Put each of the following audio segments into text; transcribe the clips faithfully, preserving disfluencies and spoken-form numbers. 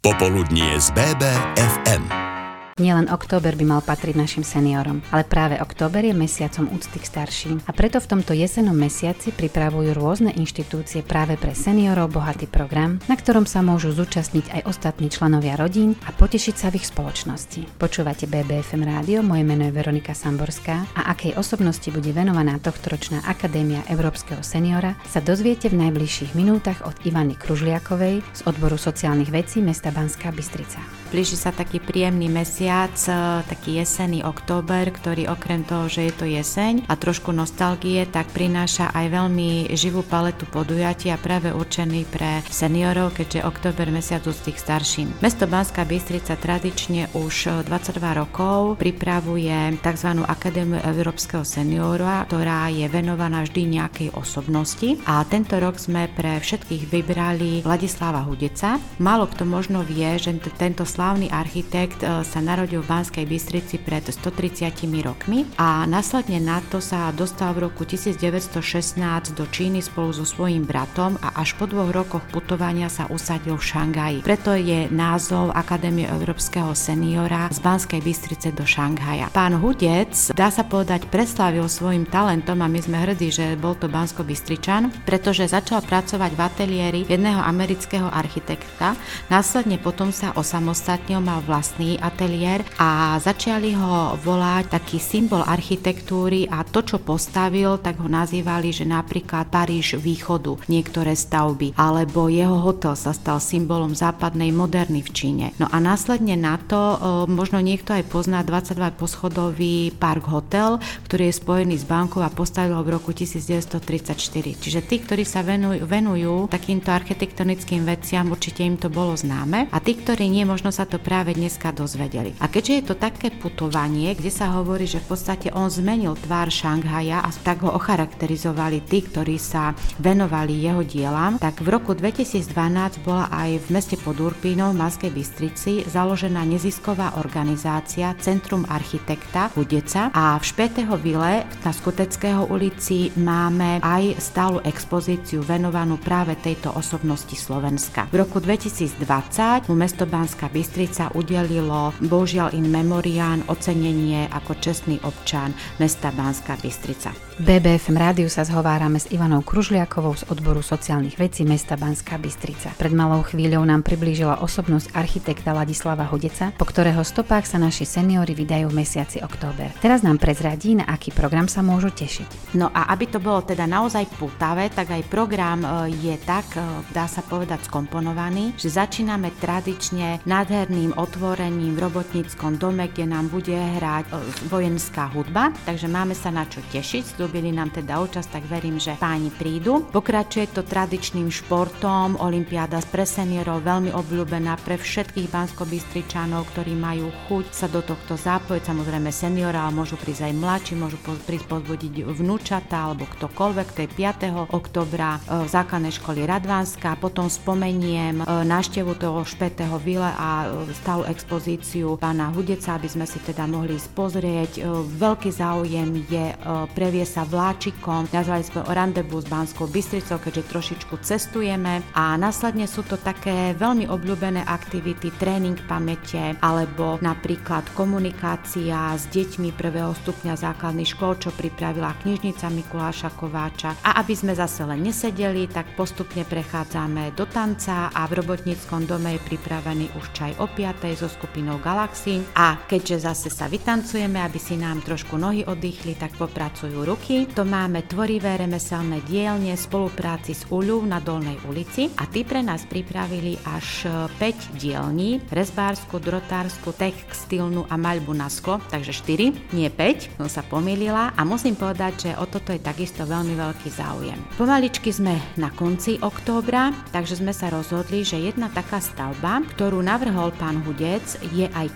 Popoludnie z bé bé ef em. Nielen október by mal patriť našim seniorom, ale práve október je mesiacom úcty k starším a preto v tomto jesennom mesiaci pripravujú rôzne inštitúcie práve pre seniorov bohatý program, na ktorom sa môžu zúčastniť aj ostatní členovia rodín a potešiť sa v ich spoločnosti. Počúvate bé bé ef em rádio, moje meno je Veronika Samborská a akej osobnosti bude venovaná tohtoročná Akadémia Európskeho seniora, sa dozviete v najbližších minútach od Ivany Kružliakovej z odboru sociálnych vecí mesta Banská Bystrica. Blíži sa taký príjemný mesiac, taký jesenný október, ktorý okrem toho, že je to jeseň a trošku nostalgie, tak prináša aj veľmi živú paletu podujatí a práve určený pre seniorov, keďže október mesiac úcty k starším. Mesto Banská Bystrica tradične už dvadsaťdva rokov pripravuje tzv. Akadémiu Európskeho seniora, ktorá je venovaná vždy nejakej osobnosti a tento rok sme pre všetkých vybrali Ladislava Hudeca. Málo kto možno vie, že t- tento slávny architekt sa narodil v Banskej Bystrici pred stotridsiatimi rokmi a následne na to sa dostal v roku devätnásťstošestnásť do Číny spolu so svojím bratom a až po dvoch rokoch putovania sa usadil v Šanghaji. Preto je názov Akadémie Európskeho seniora z Banskej Bystrice do Šanghaja. Pán Hudec, dá sa povedať, preslávil svojim talentom a my sme hrdí, že bol to Banskobystričan, pretože začal pracovať v ateliéri jedného amerického architekta. Následne potom sa osamostatnil, mal vlastný ateliér a začali ho volať taký symbol architektúry a to, čo postavil, tak ho nazývali, že napríklad Paríž východu, niektoré stavby, alebo jeho hotel sa stal symbolom západnej moderny v Číne. No a následne na to možno niekto aj pozná dvadsaťdva poschodový Park Hotel, ktorý je spojený s bankou a postavil ho v roku devätnásťstotridsaťštyri. Čiže tí, ktorí sa venujú, venujú takýmto architektonickým veciam, určite im to bolo známe a tí, ktorí nie, možno sa to práve dneska dozvedeli. A keďže je to také putovanie, kde sa hovorí, že v podstate on zmenil tvár Šanghaja a tak ho ocharakterizovali tí, ktorí sa venovali jeho dielam, tak v roku dvetisícdvanásť bola aj v meste pod Urpínom v Banskej Bystrici založená nezisková organizácia Centrum architekta Hudeca a v Špätého vile na Skuteckého ulici máme aj stálu expozíciu venovanú práve tejto osobnosti Slovenska. V roku dvetisícdvadsať mu mesto Banská Bystrica udelilo bohužiaľ in memoriam ocenenie ako čestný občan mesta Banská Bystrica. V bé bé ef em rádiu sa zhovárame s Ivanou Kružliakovou z odboru sociálnych vecí mesta Banská Bystrica. Pred malou chvíľou nám priblížila osobnosť architekta Ladislava Hudeca, po ktorého stopách sa naši seniori vydajú v mesiaci október. Teraz nám prezradí, na aký program sa môžu tešiť. No a aby to bolo teda naozaj pútavé, tak aj program je tak, dá sa povedať, skomponovaný, že začíname tradične nádherným otvorením v robotníckom dome, kde nám bude hrať vojenská hudba, takže máme sa na čo tešiť. Slúbili nám teda účasť, tak verím, že páni prídu. Pokračuje to tradičným športom, olympiáda pre seniorov, veľmi obľúbená pre všetkých Banskobystričanov, ktorí majú chuť sa do tohto zapojiť. Samozrejme seniora, ale môžu prísť aj mladší, môžu prísť pozbudiť vnúčata alebo ktokoľvek. To je piateho októbra v základnej škole Radvanská. Potom spomeniem návštevu toho Špätého vile a stálu expozíciu pána Hudeca, aby sme si teda mohli pozrieť. Veľký záujem je previesť sa vláčikom. Nazvali sme o randevu s Banskou Bystricou, keďže trošičku cestujeme a následne sú to také veľmi obľúbené aktivity, tréning pamäte alebo napríklad komunikácia s deťmi prvého stupňa základných škôl, čo pripravila knižnica Mikuláša Kováča. A aby sme zase len nesedeli, tak postupne prechádzame do tanca a v robotníckom dome je pripravený už čaj o piatej so skupinou Galaxy. A keďže zase sa vytancujeme, aby si nám trošku nohy oddychli, tak popracujú ruky. To máme tvorivé remeselné dielne v spolupráci s Uľu na Dolnej ulici a tí pre nás pripravili až päť dielní, rezbársku, drotársku, textilnú a maľbu na sklo, takže štyri, nie päť, som sa pomýlila a musím povedať, že o toto je takisto veľmi veľký záujem. Pomaličky sme na konci októbra, takže sme sa rozhodli, že jedna taká stavba, ktorú navrhol pán Hudec, je aj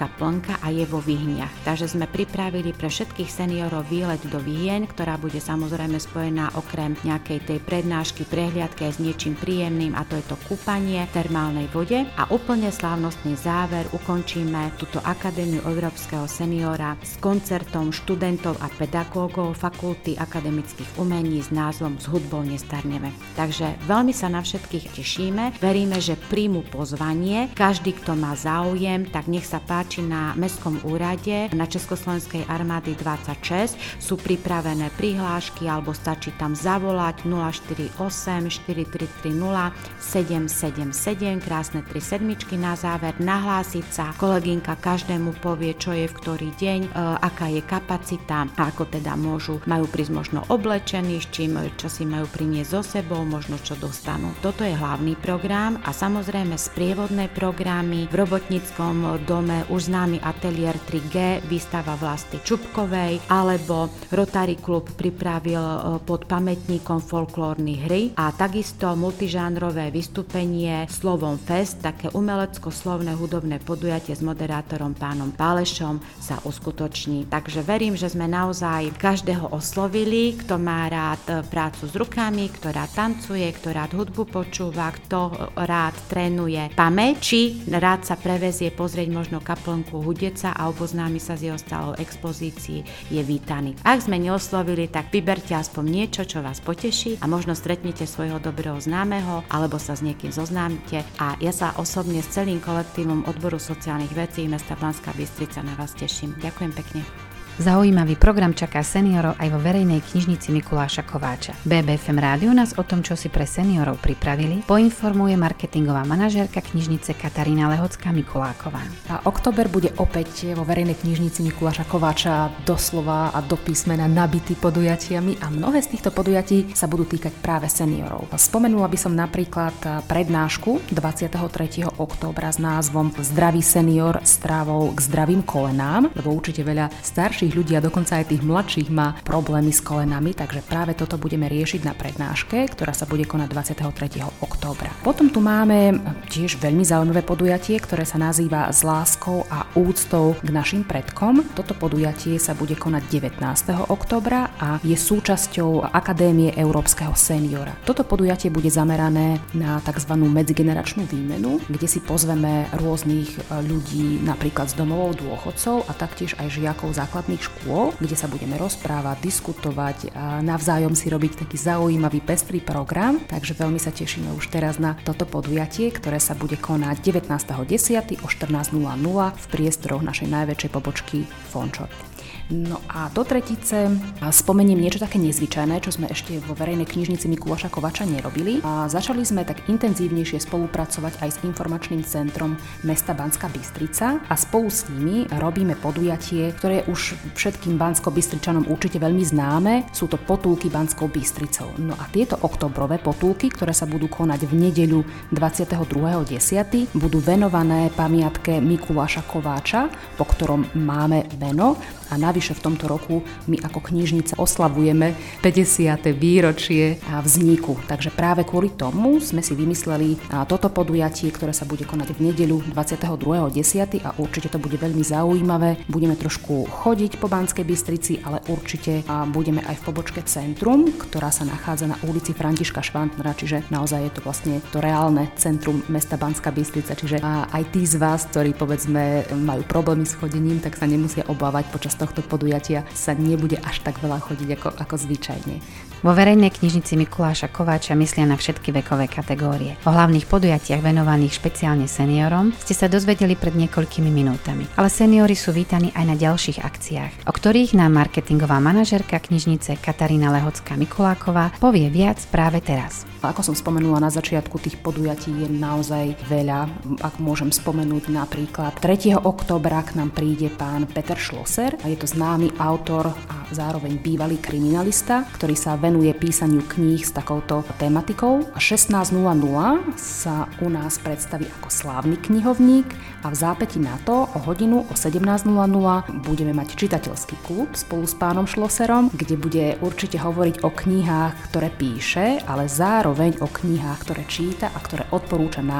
kaplnka a je vo Vyhniach. Takže sme pripravili pre všetkých seniorov výlet do Vyhien, ktorá bude samozrejme spojená okrem nejakej tej prednášky, prehliadky aj s niečím príjemným, a to je to kúpanie v termálnej vode. A úplne slávnostný záver ukončíme túto Akadémiu Európskeho seniora s koncertom študentov a pedagógov Fakulty akademických umení s názvom S hudbou nestarneme. Takže veľmi sa na všetkých tešíme. Veríme, že príjmu pozvanie. Každý, kto má záujem, tak nech sa páči na Mestskom úrade na Československej armády dvadsaťšesť. Sú pripravené prihlášky alebo stačí tam zavolať nula štyri osem štyri tri tri nula sedem sedem sedem, krásne tri sedmičky na záver, nahlásiť sa. Kolegynka každému povie, čo je v ktorý deň, e, aká je kapacita a ako teda môžu, majú prísť možno oblečení, s čím, čo si majú priniesť so sebou, možno čo dostanú. Toto je hlavný program a samozrejme sprievodné programy v robotníckom dome už známy ateliér tri gé, výstava Vlasty Čupkovej, alebo Rotary klub pripravil pod pamätníkom folklórne hry a takisto multižánrové vystúpenie Slovom Fest, také umelecko-slovné hudobné podujatie s moderátorom pánom Pálešom sa uskutoční. Takže verím, že sme naozaj každého oslovili, kto má rád prácu s rukami, kto rád tancuje, kto rád hudbu počúva, kto rád trénuje pamäť, či rád sa prevezie pozrieť možno kaplnku Hudeca a oboznámi sa s jeho stálou expozícií, je vítaný. Ak sme neoslovili, tak vyberte aspoň niečo, čo vás poteší a možno stretnete svojho dobrého známeho alebo sa s niekým zoznámite. A ja sa osobne s celým kolektívom odboru sociálnych vecí mesta Banská Bystrica na vás teším. Ďakujem pekne. Zaujímavý program čaká seniorov aj vo verejnej knižnici Mikuláša Kováča. bé bé ef em rádiu nás o tom, čo si pre seniorov pripravili, poinformuje marketingová manažérka knižnice Katarína Lehocká-Mikuláková. A október bude opäť vo verejnej knižnici Mikuláša Kováča doslova a do písmena nabitý podujatiami a mnohé z týchto podujatí sa budú týkať práve seniorov. Spomenula by som napríklad prednášku dvadsiateho tretieho októbra s názvom Zdravý senior strávou k zdravým kolenám, lebo určite veľa starších ľudí a dokonca aj tých mladších má problémy s kolenami, takže práve toto budeme riešiť na prednáške, ktorá sa bude konať dvadsiateho tretieho októbra. Potom tu máme tiež veľmi zaujímavé podujatie, ktoré sa nazýva S láskou a úctou k našim predkom. Toto podujatie sa bude konať devätnásteho októbra a je súčasťou Akadémie Európskeho seniora. Toto podujatie bude zamerané na tzv. Medzigeneračnú výmenu, kde si pozveme rôznych ľudí, napríklad z domovov dôchodcov a taktiež aj žiakov základných škôl, kde sa budeme rozprávať, diskutovať a navzájom si robiť taký zaujímavý pestrý program, takže veľmi sa tešíme už teraz na toto podujatie, ktoré sa bude konať devätnásteho desiateho o štrnásť nula nula v priestoroch našej najväčšej pobočky Fončor. No a do tretice spomeniem niečo také nezvyčajné, čo sme ešte vo verejnej knižnici Mikuláša Kováča nerobili. A začali sme tak intenzívnejšie spolupracovať aj s informačným centrom mesta Banská Bystrica a spolu s nimi robíme podujatie, ktoré je už všetkým Banskobystričanom určite veľmi známe. Sú to potulky Banskou Bystricou. No a tieto októbrové potulky, ktoré sa budú konať v nedeľu dvadsiateho druhého desiateho budú venované pamiatke Mikuláša Kováča, po ktorom máme meno. A navyše v tomto roku my ako knižnica oslavujeme päťdesiate výročie vzniku. Takže práve kvôli tomu sme si vymysleli toto podujatie, ktoré sa bude konať v nedeľu dvadsiateho druhého desiateho a určite to bude veľmi zaujímavé. Budeme trošku chodiť po Banskej Bystrici, ale určite budeme aj v pobočke Centrum, ktorá sa nachádza na ulici Františka Švantnera, čiže naozaj je to vlastne to reálne centrum mesta Banská Bystrica. Čiže aj tí z vás, ktorí povedzme majú problémy s chodením, tak sa nemusia obávať, počas tohto podujatia sa nebude až tak veľa chodiť ako, ako zvyčajne. Vo verejnej knižnici Mikuláša Kováča myslia na všetky vekové kategórie. O hlavných podujatiach venovaných špeciálne seniorom ste sa dozvedeli pred niekoľkými minútami. Ale seniori sú vítaní aj na ďalších akciách, o ktorých nám marketingová manažérka knižnice Katarína Lehocká-Mikuláková povie viac práve teraz. Ako som spomenula na začiatku, tých podujatí je naozaj veľa. Ak môžem spomenúť napríklad tretieho októbra k nám príde pán Peter Schlosser a je to známy autor a zároveň bývalý kriminalista, ktorý sa venuje písaniu kníh s takouto tematikou. A šestnásť nula nula sa u nás predstaví ako slávny knihovník a v zápäti na to o hodinu o sedemnásť nula nula budeme mať čitateľský klub spolu s pánom Schlosserom, kde bude určite hovoriť o knihách, ktoré píše, ale zároveň o knihách, ktoré číta a ktoré odporúča nám,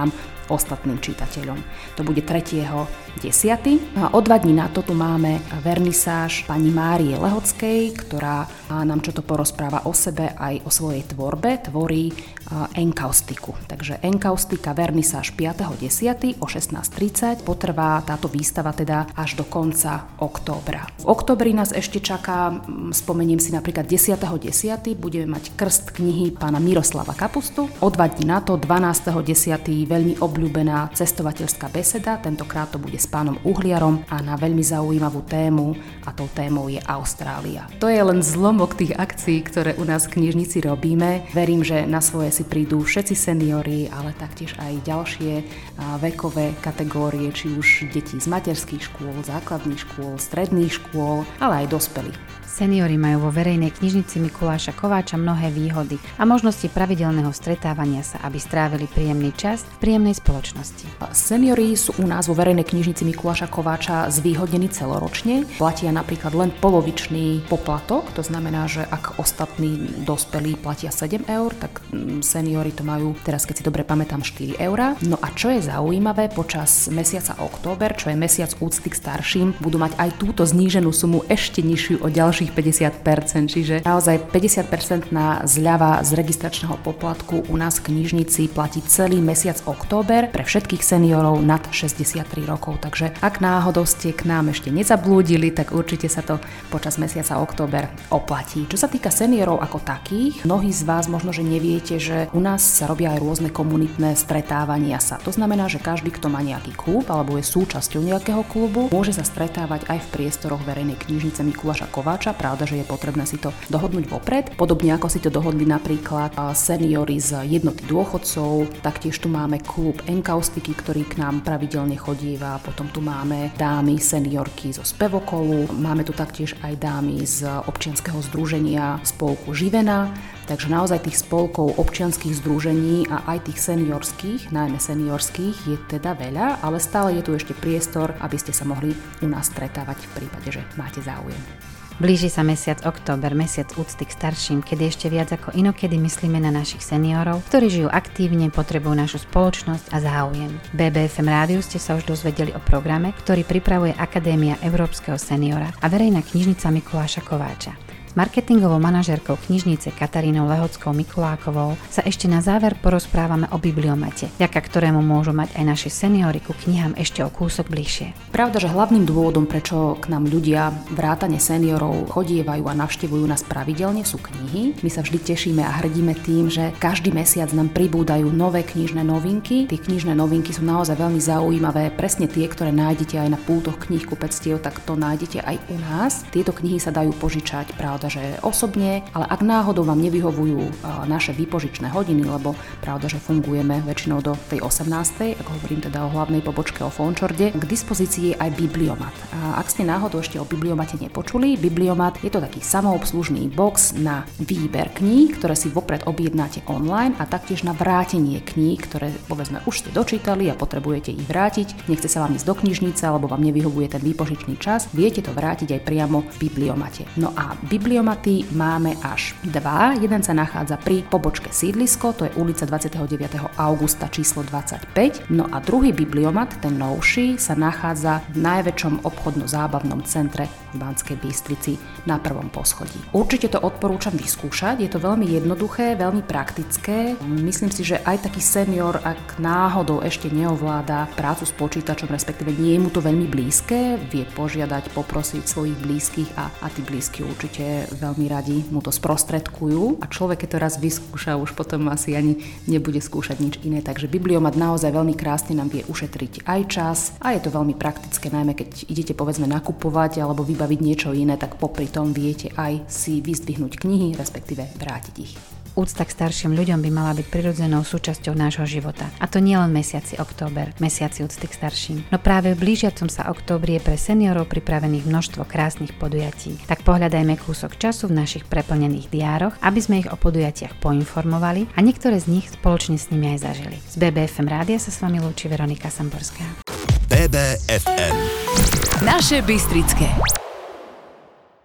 ostatným čitateľom. To bude tretieho desiateho A o dva dní na to tu máme vernisáž pani Márie Lehockej, ktorá nám čo to porozpráva o sebe aj o svojej tvorbe. Tvorí enkaustiku. Takže enkaustika, vernisáž piateho desiateho o šestnásť tridsať. Potrvá táto výstava teda až do konca októbra. V októbri nás ešte čaká, spomeniem si napríklad desiateho desiateho budeme mať krst knihy pána Miroslava Kapustu. O dva dní na to, dvanásteho desiateho veľmi obľúbená cestovateľská beseda, tentokrát to bude s pánom Uhliarom a na veľmi zaujímavú tému a tou témou je Austrália. To je len zlomok tých akcií, ktoré u nás v knižnici robíme. Verím, že na svoje si prídu všetci seniori, ale taktiež aj ďalšie vekové kategórie, či už deti z materských škôl, základných škôl, stredných škôl, ale aj dospelí. Seniori majú vo verejnej knižnici Mikuláša Kováča mnohé výhody a možnosti pravidelného stretávania sa, aby strávili príjemný čas v príjemnej spoločnosti. Seniori sú u nás vo verejnej knižnici Mikuláša Kováča zvýhodnení celoročne. Platia napríklad len polovičný poplatok, to znamená, že ak ostatní dospelí platia sedem eur, tak seniori to majú, teraz keď si dobre pamätám, štyri eurá. No a čo je zaujímavé, počas mesiaca október, čo je mesiac úcty k starším, budú mať aj túto zníženú sumu ešte nižšiu o ďalších päťdesiat percent, čiže naozaj päťdesiat percent na zľava z registračného poplatku u nás v knižnici platí celý mesiac október pre všetkých seniorov nad šesťdesiattri rokov. Takže ak náhodou ste k nám ešte nezablúdili, tak určite sa to počas mesiaca október oplatí. Čo sa týka seniorov ako takých, mnohí z vás možno, že neviete, že u nás sa robia aj rôzne komunitné stretávania sa. To znamená, že každý, kto má nejaký klub alebo je súčasťou nejakého klubu, môže sa stretávať aj v priestoroch verejnej knižnice Mikuláša Kováča. Pravda, že je potrebné si to dohodnúť vopred. Podobne ako si to dohodli napríklad seniori z jednoty dôchodcov, taktiež tu máme klub enkaustiky, ktorý k nám pravidelne chodíva, potom tu máme dámy seniorky zo spevokolu, máme tu taktiež aj dámy z občianskeho združenia spolku Živena. Takže naozaj tých spolkov občianskych združení a aj tých seniorských, najmä seniorských, je teda veľa, ale stále je tu ešte priestor, aby ste sa mohli u nás stretávať v prípade, že máte záujem. Blíži sa mesiac október, mesiac úcty k starším, kedy ešte viac ako inokedy myslíme na našich seniorov, ktorí žijú aktívne, potrebujú našu spoločnosť a záujem. V bé bé ef em rádiu ste sa už dozvedeli o programe, ktorý pripravuje Akadémia Európskeho seniora a verejná knižnica Mikuláša Kováča. S marketingovou manažérkou knižnice Katarínou Lehockou Mikulákovou sa ešte na záver porozprávame o bibliomate, vďaka ktorému môžu mať aj naši seniori ku knihám ešte o kúsok bližšie. Pravda, že hlavným dôvodom, prečo k nám ľudia vrátane seniorov chodievajú a navštevujú nás pravidelne, sú knihy. My sa vždy tešíme a hrdíme tým, že každý mesiac nám pribúdajú nové knižné novinky. Tie knižné novinky sú naozaj veľmi zaujímavé, presne tie, ktoré nájdete aj na pultoch kníhkupectiev, tak to nájdete aj u nás. Tieto knihy sa dajú požičať, pravda, že osobne, ale ak náhodou vám nevyhovujú naše výpožičné hodiny, lebo pravda, že fungujeme väčšinou do tej osemnástej, ako hovorím teda o hlavnej pobočke o Fončorde, k dispozícii je aj bibliomat. A ak ste náhodou ešte o bibliomate nepočuli, bibliomat je to taký samoobslužný box na výber kníh, ktoré si vopred objednáte online a taktiež na vrátenie kníh, ktoré povedzme už ste dočítali a potrebujete ich vrátiť. Nechce sa vám ísť do knižnice alebo vám nevyhovuje ten výpožičný čas, viete to vrátiť aj priamo v bibliomate. No a bibliomaty máme až dva. Jeden sa nachádza pri pobočke Sídlisko, to je ulica dvadsiateho deviateho augusta číslo dvadsaťpäť. No a druhý bibliomat, ten novší, sa nachádza v najväčšom obchodno-zábavnom centre v Banskej Bystrici na prvom poschodí. Určite to odporúčam vyskúšať, je to veľmi jednoduché, veľmi praktické. Myslím si, že aj taký senior, ak náhodou ešte neovláda prácu s počítačom, respektíve nie je mu to veľmi blízke, vie požiadať, poprosiť svojich blízkych a, a tí blízky určite veľmi radi mu to sprostredkujú a človek, keď to raz vyskúša, už potom asi ani nebude skúšať nič iné. Takže bibliomat naozaj veľmi krásne nám vie ušetriť aj čas a je to veľmi praktické, najmä keď idete povedzme nakupovať alebo vybaviť niečo iné, tak popri tom viete aj si vyzdvihnúť knihy, respektíve vrátiť ich. Úcta k starším ľuďom by mala byť prirodzenou súčasťou nášho života. A to nie len mesiaci október, mesiaci úcty k starším. No práve v blížiacom sa októbri je pre seniorov pripravených množstvo krásnych podujatí. Tak pohľadajme kúsok času v našich preplnených diároch, aby sme ich o podujatiach poinformovali a niektoré z nich spoločne s nimi aj zažili. Z bé bé ef em rádia sa s vami lúči Veronika Samborská. bé bé ef em. Naše Bystrické.